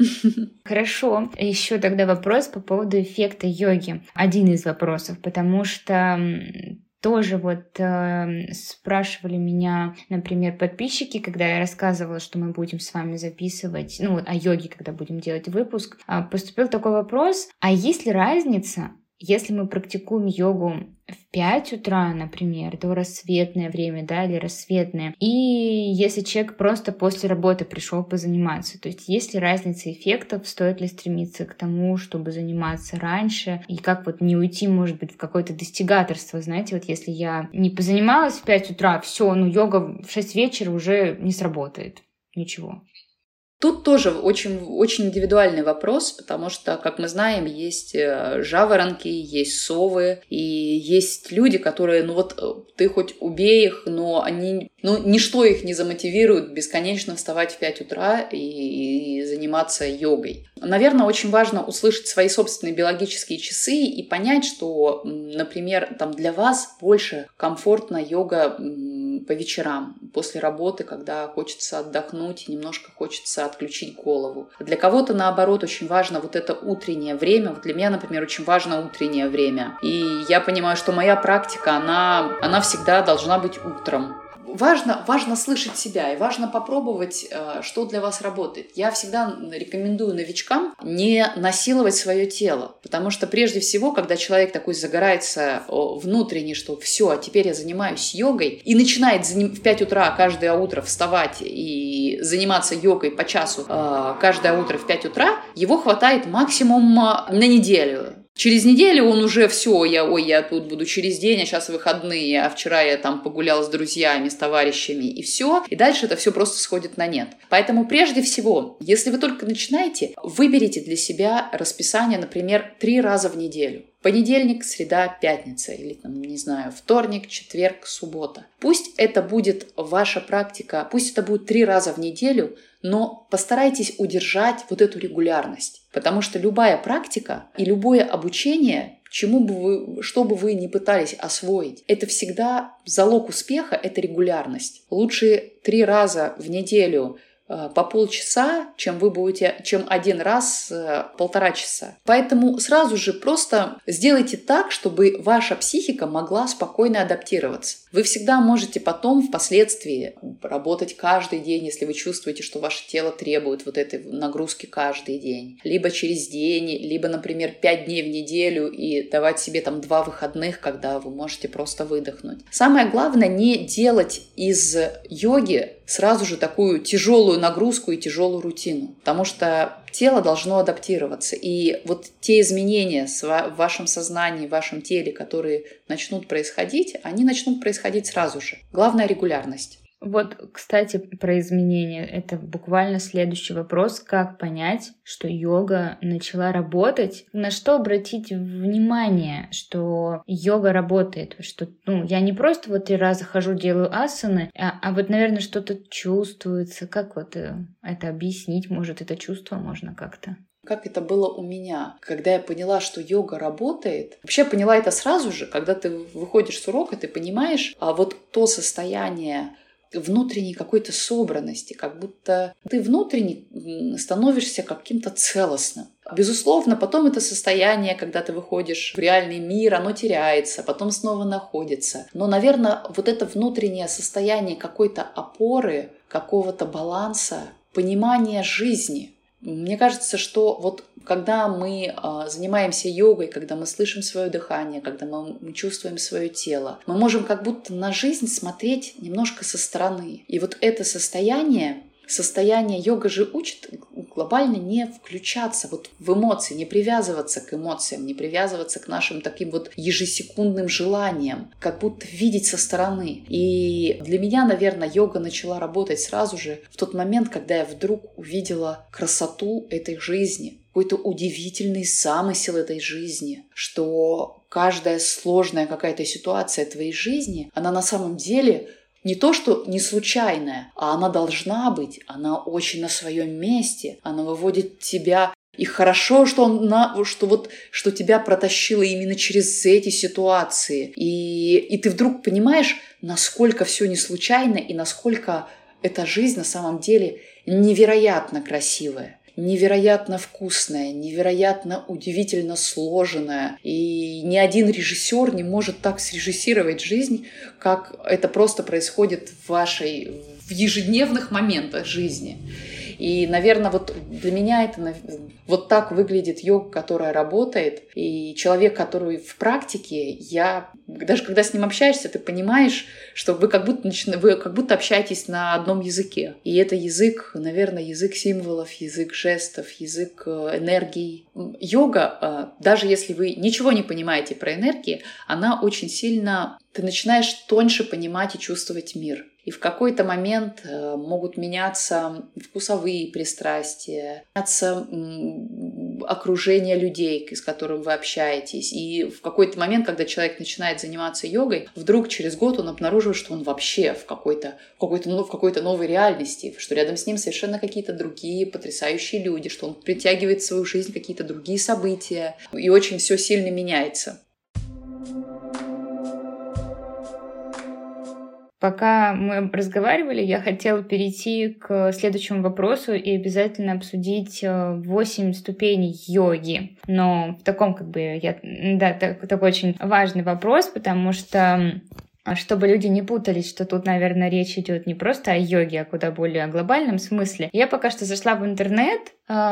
Хорошо. Еще тогда вопрос по поводу эффекта йоги. Один из вопросов, потому что тоже вот э, спрашивали меня, например, подписчики, когда я рассказывала, что мы будем с вами записывать, ну, о йоге, когда будем делать выпуск, э, поступил такой вопрос, а есть ли разница, если мы практикуем йогу в пять утра, например, до рассветное время, да, или рассветное, и если человек просто после работы пришел позаниматься, то есть есть ли разница эффектов, стоит ли стремиться к тому, чтобы заниматься раньше, и как вот не уйти, может быть, в какое-то достигаторство, знаете, вот если я не позанималась в пять утра, все, ну йога в шесть вечера уже не сработает, ничего. Тут тоже очень, очень индивидуальный вопрос, потому что, как мы знаем, есть жаворонки, есть совы, и есть люди, которые, ну вот ты хоть убей их, но они, ну ничто их не замотивирует бесконечно вставать в пять утра и, и заниматься йогой. Наверное, очень важно услышать свои собственные биологические часы и понять, что, например, там для вас больше комфортна йога по вечерам, после работы, когда хочется отдохнуть и немножко хочется отключить голову. Для кого-то, наоборот, очень важно вот это утреннее время. Вот для меня, например, очень важно утреннее время. И я понимаю, что моя практика, она, она всегда должна быть утром. Важно, важно слышать себя и важно попробовать, что для вас работает. Я всегда рекомендую новичкам не насиловать свое тело, потому что прежде всего, когда человек такой загорается внутренне, что все, а теперь я занимаюсь йогой, и начинает в пять утра каждое утро вставать и заниматься йогой по часу каждое утро в пять утра, его хватает максимум на неделю. Через неделю он уже все, я, ой, я тут буду через день, а сейчас выходные, а вчера я там погулял с друзьями, с товарищами, и все. И дальше это все просто сходит на нет. Поэтому прежде всего, если вы только начинаете, выберите для себя расписание, например, три раза в неделю. Понедельник, среда, пятница, или, там, не знаю, вторник, четверг, суббота. Пусть это будет ваша практика, пусть это будет три раза в неделю, но постарайтесь удержать вот эту регулярность. Потому что любая практика и любое обучение, чему бы вы, что бы вы ни пытались освоить, это всегда залог успеха, это регулярность. Лучше три раза в неделю по полчаса, чем вы будете, чем один раз полтора часа. Поэтому сразу же просто сделайте так, чтобы ваша психика могла спокойно адаптироваться. Вы всегда можете потом, впоследствии, работать каждый день, если вы чувствуете, что ваше тело требует вот этой нагрузки каждый день. Либо через день, либо, например, пять дней в неделю и давать себе там два выходных, когда вы можете просто выдохнуть. Самое главное, не делать из йоги сразу же такую тяжелую нагрузку и тяжелую рутину, потому что тело должно адаптироваться. И вот те изменения в вашем сознании, в вашем теле, которые начнут происходить, они начнут происходить сразу же. Главное — регулярность. Вот, кстати, про изменения. Это буквально следующий вопрос. Как понять, что йога начала работать? На что обратить внимание, что йога работает? Что, ну, я не просто вот три раза хожу, делаю асаны, а, а вот, наверное, что-то чувствуется. Как вот это объяснить? Может, это чувство можно как-то? Как это было у меня, когда я поняла, что йога работает. Вообще я поняла это сразу же, когда ты выходишь с урока, ты понимаешь, а вот то состояние внутренней какой-то собранности, как будто ты внутренне становишься каким-то целостным. Безусловно, потом это состояние, когда ты выходишь в реальный мир, оно теряется, потом снова находится. Но, наверное, вот это внутреннее состояние какой-то опоры, какого-то баланса, понимания жизни. Мне кажется, что вот когда мы э, занимаемся йогой, когда мы слышим свое дыхание, когда мы, мы чувствуем свое тело, мы можем как будто на жизнь смотреть немножко со стороны. И вот это состояние, состояние йога же учит глобально не включаться вот в эмоции, не привязываться к эмоциям, не привязываться к нашим таким вот ежесекундным желаниям, как будто видеть со стороны. И для меня, наверное, йога начала работать сразу же в тот момент, когда я вдруг увидела красоту этой жизни, какой-то удивительный замысел этой жизни, что каждая сложная какая-то ситуация твоей жизни, она на самом деле не то, что не случайная, а она должна быть, она очень на своем месте, она выводит тебя. И хорошо, что, он на, что, вот, что тебя протащило именно через эти ситуации. И, и ты вдруг понимаешь, насколько все не случайно и насколько эта жизнь на самом деле невероятно красивая. Невероятно вкусная, невероятно удивительно сложенная. И ни один режиссер не может так срежиссировать жизнь, как это просто происходит в вашей, в ежедневных моментах жизни. И, наверное, вот для меня это вот так выглядит йога, которая работает. И человек, который в практике, я даже когда с ним общаешься, ты понимаешь, что вы как будто, вы как будто общаетесь на одном языке. И это язык, наверное, язык символов, язык жестов, язык энергии. Йога, даже если вы ничего не понимаете про энергии, она очень сильно... Ты начинаешь тоньше понимать и чувствовать мир. И в какой-то момент могут меняться вкусовые пристрастия, меняться окружение людей, с которым вы общаетесь. И в какой-то момент, когда человек начинает заниматься йогой, вдруг через год он обнаруживает, что он вообще в какой-то, в какой-то, ну, в какой-то новой реальности, что рядом с ним совершенно какие-то другие потрясающие люди, что он притягивает в свою жизнь какие-то другие события. И очень все сильно меняется. Пока мы разговаривали, я хотела перейти к следующему вопросу и обязательно обсудить восемь ступеней йоги. Но в таком, как бы, я, да, так, такой очень важный вопрос, потому что чтобы люди не путались, что тут, наверное, речь идет не просто о йоге, а куда более глобальном смысле. Я пока что зашла в интернет,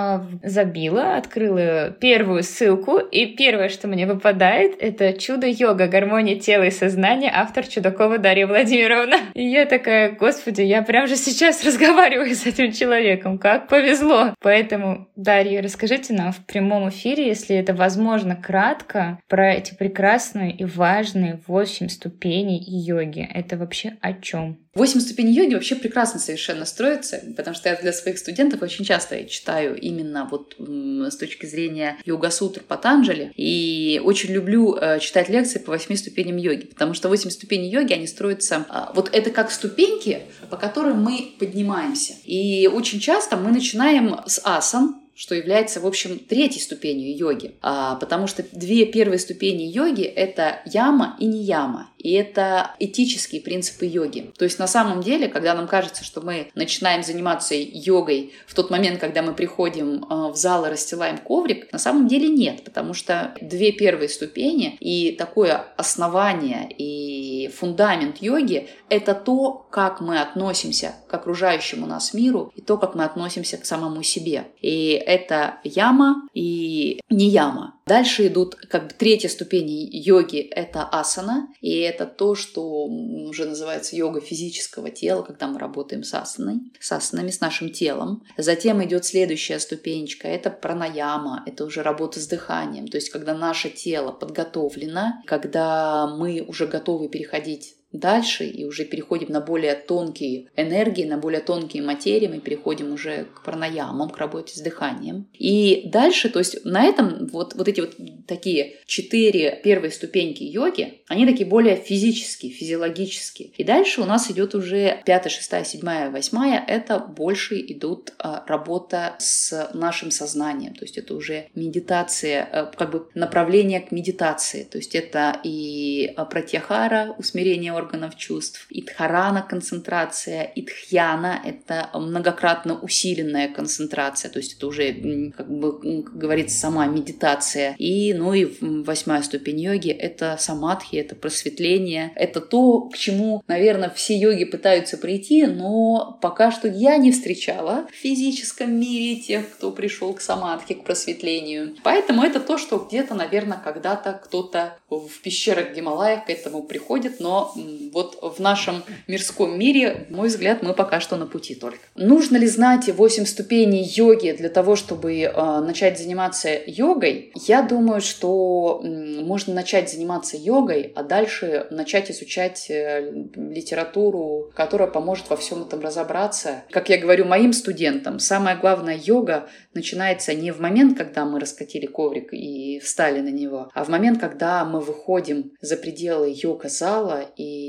забила, открыла первую ссылку, и первое, что мне выпадает, это «Чудо-йога. Гармония тела и сознания», автор Чудакова Дарья Владимировна. И я такая: господи, я прямо же сейчас разговариваю с этим человеком, как повезло. Поэтому, Дарья, расскажите нам в прямом эфире, если это возможно, кратко про эти прекрасные и важные восемь ступеней йоги. Это вообще о чем? Восемь ступеней йоги вообще прекрасно совершенно строятся, потому что я для своих студентов очень часто читаю именно вот с точки зрения йога-сутр Патанджали, и очень люблю читать лекции по восьми ступеням йоги, потому что восемь ступеней йоги, они строятся... Вот это как ступеньки, по которым мы поднимаемся. И очень часто мы начинаем с асан, что является, в общем, третьей ступенью йоги. А, потому что две первые ступени йоги — это яма и нияма. И это этические принципы йоги. То есть на самом деле, когда нам кажется, что мы начинаем заниматься йогой в тот момент, когда мы приходим в зал и расстилаем коврик, на самом деле нет. Потому что две первые ступени и такое основание и фундамент йоги — это то, как мы относимся к окружающему нас миру и то, как мы относимся к самому себе. И это яма и нияма. Дальше идут как бы третья ступень йоги — это асана, и это то, что уже называется йога физического тела, когда мы работаем с асаной, с асанами, с нашим телом. Затем идет следующая ступенечка — это пранаяма, это уже работа с дыханием, то есть когда наше тело подготовлено, когда мы уже готовы переходить дальше и уже переходим на более тонкие энергии, на более тонкие материи, мы переходим уже к пранаямам, к работе с дыханием. И дальше, то есть на этом вот, вот эти вот такие четыре первые ступеньки йоги, они такие более физические, физиологические. И дальше у нас идет уже пятая, шестая, седьмая, восьмая, это больше идут а, работа с нашим сознанием, то есть это уже медитация, а, как бы направление к медитации, то есть это и пратьяхара, усмирение органов чувств, и дхарана — концентрация, и дхьяна — это многократно усиленная концентрация, то есть это уже, как бы как говорится, сама медитация. И, ну и восьмая ступень йоги — это самадхи, это просветление, это то, к чему, наверное, все йоги пытаются прийти, но пока что я не встречала в физическом мире тех, кто пришел к самадхи, к просветлению. Поэтому это то, что где-то, наверное, когда-то кто-то в пещерах Гималаях к этому приходит, но вот в нашем мирском мире, на мой взгляд, мы пока что на пути только. Нужно ли знать восемь ступеней йоги для того, чтобы э, начать заниматься йогой? Я думаю, что э, можно начать заниматься йогой, а дальше начать изучать э, литературу, которая поможет во всем этом разобраться. Как я говорю моим студентам, самая главная йога начинается не в момент, когда мы раскатили коврик и встали на него, а в момент, когда мы выходим за пределы йога-зала,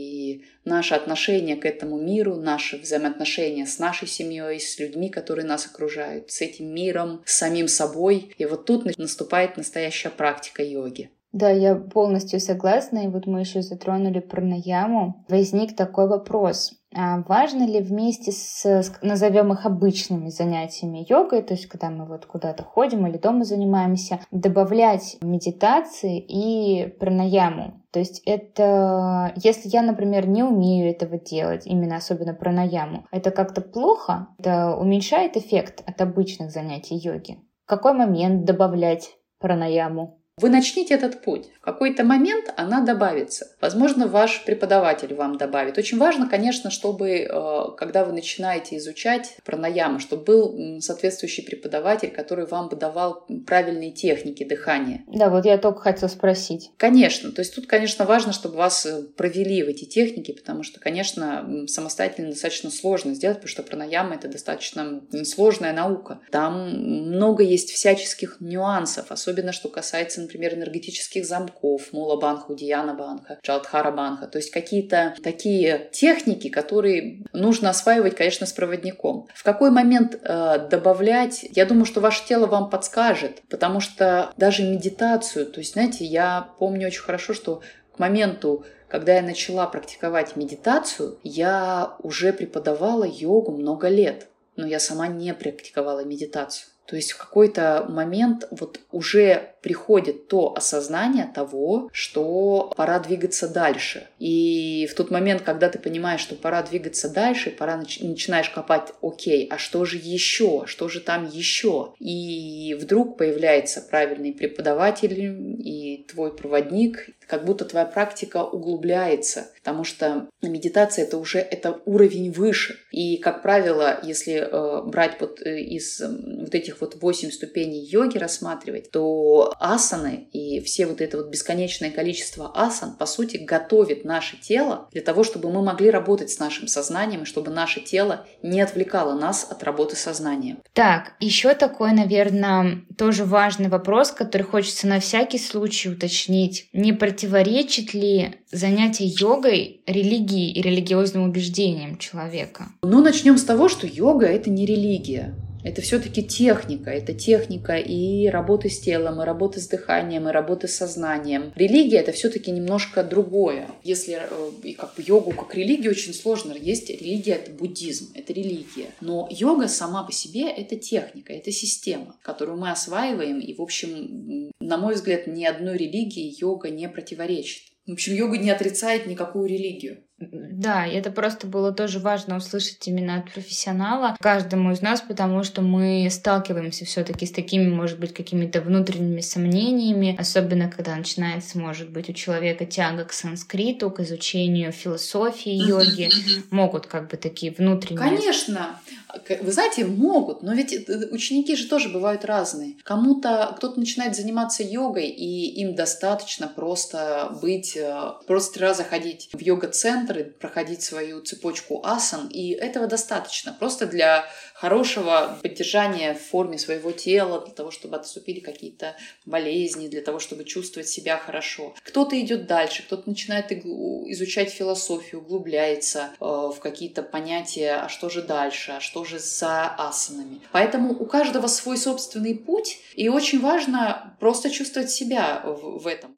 и наше отношение к этому миру, наши взаимоотношения с нашей семьей, с людьми, которые нас окружают, с этим миром, с самим собой. И вот тут наступает настоящая практика йоги. Да, я полностью согласна. И вот мы еще затронули пранаяму. Возник такой вопрос. А важно ли вместе с, назовем их обычными занятиями йогой, то есть когда мы вот куда-то ходим или дома занимаемся, добавлять медитации и пранаяму? То есть это, если я, например, не умею этого делать, именно особенно пранаяму, это как-то плохо? Это уменьшает эффект от обычных занятий йоги? В какой момент добавлять пранаяму? Вы начните этот путь. В какой-то момент она добавится. Возможно, ваш преподаватель вам добавит. Очень важно, конечно, чтобы, когда вы начинаете изучать пранаяму, чтобы был соответствующий преподаватель, который вам бы давал правильные техники дыхания. Да, вот я только хотела спросить. Конечно. То есть тут, конечно, важно, чтобы вас провели в эти техники, потому что, конечно, самостоятельно достаточно сложно сделать, потому что пранаяма — это достаточно сложная наука. Там много есть всяческих нюансов, особенно что касается, например, энергетических замков, Мула-банха, Удияна-банха, Джаладхара-банха. То есть какие-то такие техники, которые нужно осваивать, конечно, с проводником. В какой момент э, добавлять? Я думаю, что ваше тело вам подскажет, потому что даже медитацию, то есть, знаете, я помню очень хорошо, что к моменту, когда я начала практиковать медитацию, я уже преподавала йогу много лет, но я сама не практиковала медитацию. То есть в какой-то момент вот уже приходит то осознание того, что пора двигаться дальше. И в тот момент, когда ты понимаешь, что пора двигаться дальше, пора нач- начинаешь копать, окей, а что же еще, что же там еще? И вдруг появляется правильный преподаватель и твой проводник, как будто твоя практика углубляется, потому что медитация — это уже это уровень выше. И, как правило, если э, брать вот из э, вот этих вот восемь ступеней йоги рассматривать, то асаны и все вот это вот бесконечное количество асан, по сути, готовит наше тело для того, чтобы мы могли работать с нашим сознанием, и чтобы наше тело не отвлекало нас от работы сознанием. Так, еще такой, наверное, тоже важный вопрос, который хочется на всякий случай уточнить. Не противоречит ли занятие йогой религии и религиозным убеждениям человека? Ну, начнем с того, что йога — это не религия. Это все-таки техника. Это техника и работы с телом, и работы с дыханием, и работы с сознанием. Религия — это все-таки немножко другое. Если и как бы йогу как религию очень сложно. Есть религия — это буддизм, это религия. Но йога сама по себе — это техника, это система, которую мы осваиваем. И, в общем, на мой взгляд, ни одной религии йога не противоречит. В общем, йога не отрицает никакую религию. Да, и это просто было тоже важно услышать именно от профессионала каждому из нас, потому что мы сталкиваемся все-таки с такими, может быть, какими-то внутренними сомнениями, особенно когда начинается, может быть, у человека тяга к санскриту, к изучению философии йоги, могут как бы такие внутренние... Конечно! Вы знаете, могут, но ведь ученики же тоже бывают разные. Кому-то, кто-то начинает заниматься йогой, и им достаточно просто быть, просто три раза ходить в йога-центр и проходить свою цепочку асан, и этого достаточно просто для хорошего поддержания в форме своего тела, для того, чтобы отступили какие-то болезни, для того, чтобы чувствовать себя хорошо. Кто-то идет дальше, кто-то начинает изучать философию, углубляется в какие-то понятия, а что же дальше, а что же за асанами. Поэтому у каждого свой собственный путь, и очень важно просто чувствовать себя в, в этом.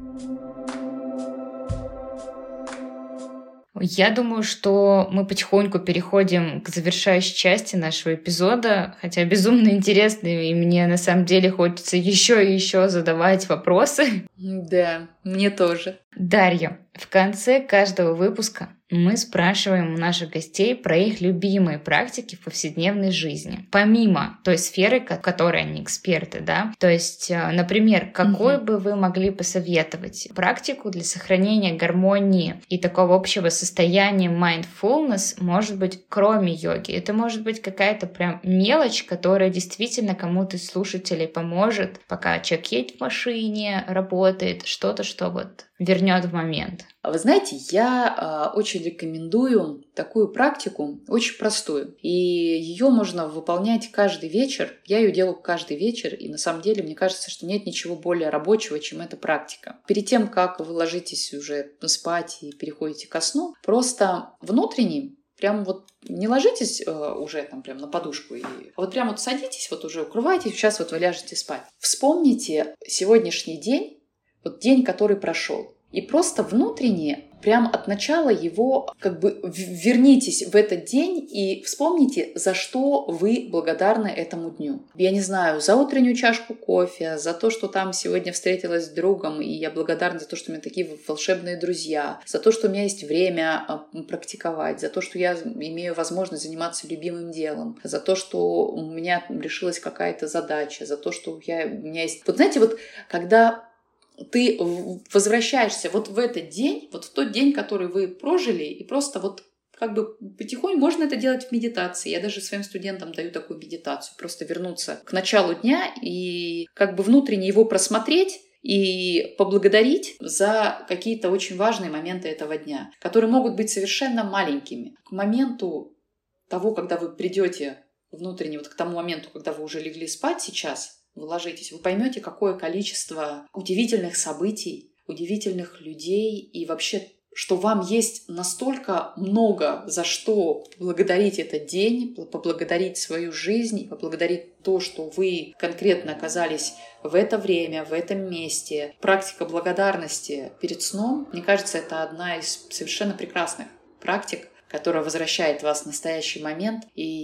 Я думаю, что мы потихоньку переходим к завершающей части нашего эпизода, хотя безумно интересно, и мне на самом деле хочется еще и еще задавать вопросы. Да, мне тоже. Дарья, в конце каждого выпуска мы спрашиваем у наших гостей про их любимые практики в повседневной жизни, помимо той сферы, в которой они эксперты, да. То есть, например, какую mm-hmm. бы вы могли посоветовать практику для сохранения гармонии и такого общего состояния mindfulness, может быть, кроме йоги? Это может быть какая-то прям мелочь, которая действительно кому-то из слушателей поможет, пока человек едет в машине, работает, что-то, что вот вернет в момент. Вы знаете, я э, очень рекомендую такую практику, очень простую. И ее можно выполнять каждый вечер. Я ее делаю каждый вечер, и на самом деле мне кажется, что нет ничего более рабочего, чем эта практика. Перед тем, как вы ложитесь уже спать и переходите ко сну, просто внутренне прям вот не ложитесь э, уже там прям на подушку, и вот прям вот садитесь, вот уже укрывайтесь, сейчас вот вы ляжете спать. Вспомните сегодняшний день, вот день, который прошел. И просто внутренне, прям от начала его, как бы вернитесь в этот день и вспомните, за что вы благодарны этому дню. Я не знаю, за утреннюю чашку кофе, за то, что там сегодня встретилась с другом, и я благодарна за то, что у меня такие волшебные друзья, за то, что у меня есть время практиковать, за то, что я имею возможность заниматься любимым делом, за то, что у меня решилась какая-то задача, за то, что я, у меня есть... Вот знаете, вот когда ты возвращаешься вот в этот день, вот в тот день, который вы прожили, и просто вот как бы потихоньку можно это делать в медитации. Я даже своим студентам даю такую медитацию. Просто вернуться к началу дня и как бы внутренне его просмотреть и поблагодарить за какие-то очень важные моменты этого дня, которые могут быть совершенно маленькими. К моменту того, когда вы придете внутренне, вот к тому моменту, когда вы уже легли спать сейчас, вы ложитесь, вы поймете, какое количество удивительных событий, удивительных людей и вообще, что вам есть настолько много за что благодарить этот день, поблагодарить свою жизнь, поблагодарить то, что вы конкретно оказались в это время, в этом месте. Практика благодарности перед сном, мне кажется, это одна из совершенно прекрасных практик, которая возвращает вас в настоящий момент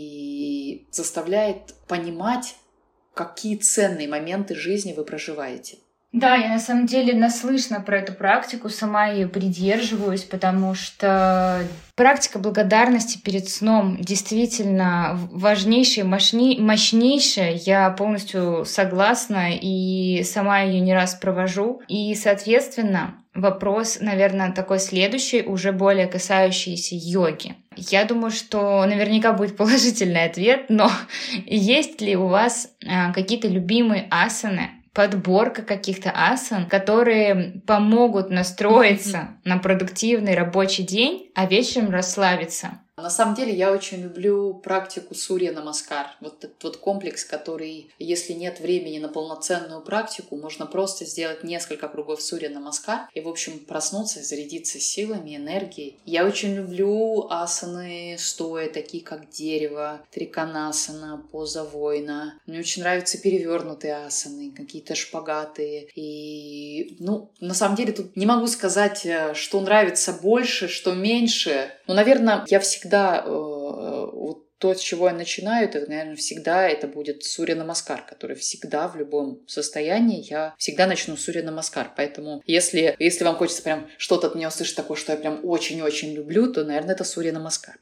и заставляет понимать, какие ценные моменты жизни вы проживаете. Да, я на самом деле наслышана про эту практику, сама ее придерживаюсь, потому что практика благодарности перед сном действительно важнейшая, мощней, мощнейшая. Я полностью согласна и сама ее не раз провожу. И, соответственно, вопрос, наверное, такой следующий, уже более касающийся йоги. Я думаю, что наверняка будет положительный ответ, но есть ли у вас а, какие-то любимые асаны, подборка каких-то асан, которые помогут настроиться на продуктивный рабочий день, а вечером расслабиться? На самом деле я очень люблю практику Сурья Намаскар. Вот этот вот комплекс, который, если нет времени на полноценную практику, можно просто сделать несколько кругов Сурья Намаскар и, в общем, проснуться, зарядиться силами, энергией. Я очень люблю асаны стоя, такие как дерево, триконасана, поза воина. Мне очень нравятся перевернутые асаны, какие-то шпагаты. И, ну, на самом деле тут не могу сказать, что нравится больше, что меньше. Но, наверное, я всегда Всегда э, вот то, с чего я начинаю, это, наверное, всегда это будет Сурья Намаскар, который всегда в любом состоянии я всегда начну с Сурья Намаскар. Поэтому если, если вам хочется прям что-то от меня услышать такое, что я прям очень-очень люблю, то, наверное, это Сурья Намаскар.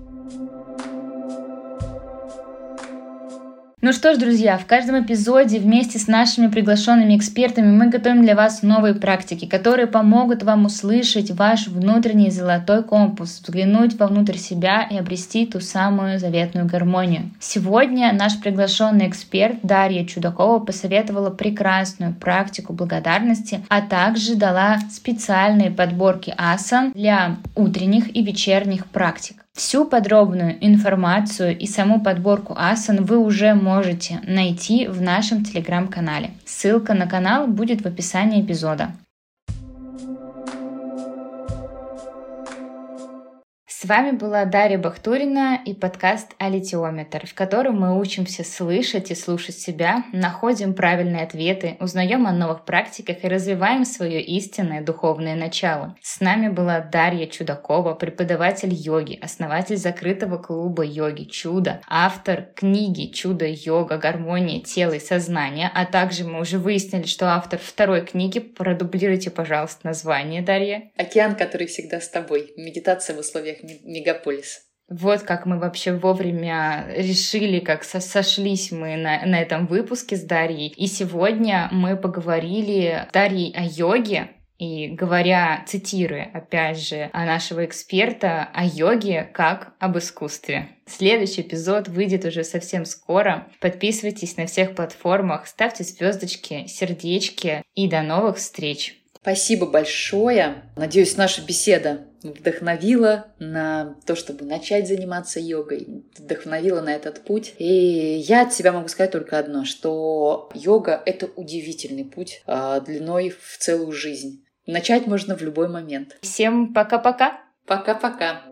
Ну что ж, друзья, в каждом эпизоде вместе с нашими приглашенными экспертами мы готовим для вас новые практики, которые помогут вам услышать ваш внутренний золотой компас, взглянуть вовнутрь себя и обрести ту самую заветную гармонию. Сегодня наш приглашенный эксперт Дарья Чудакова посоветовала прекрасную практику благодарности, а также дала специальные подборки асан для утренних и вечерних практик. Всю подробную информацию и саму подборку асан вы уже можете найти в нашем телеграм-канале. Ссылка на канал будет в описании эпизода. С вами была Дарья Бахтурина и подкаст «Алитиометр», в котором мы учимся слышать и слушать себя, находим правильные ответы, узнаем о новых практиках и развиваем свое истинное духовное начало. С нами была Дарья Чудакова, преподаватель йоги, основатель закрытого клуба йоги «Чудо», автор книги «Чудо-йога. Гармония тела и сознания», а также мы уже выяснили, что автор второй книги. Продублируйте, пожалуйста, название, Дарья. «Океан, который всегда с тобой. Медитация в условиях мегаполиса». Вот как мы вообще вовремя решили, как со сошлись мы на, на этом выпуске с Дарьей. И сегодня мы поговорили с Дарьей о йоге. И говоря, цитируя, опять же, нашего эксперта о йоге как об искусстве. Следующий эпизод выйдет уже совсем скоро. Подписывайтесь на всех платформах, ставьте звездочки, сердечки и до новых встреч. Спасибо большое. Надеюсь, наша беседа вдохновила на то, чтобы начать заниматься йогой, вдохновила на этот путь. И я от себя могу сказать только одно, что йога — это удивительный путь длиной в целую жизнь. Начать можно в любой момент. Всем пока-пока. Пока-пока.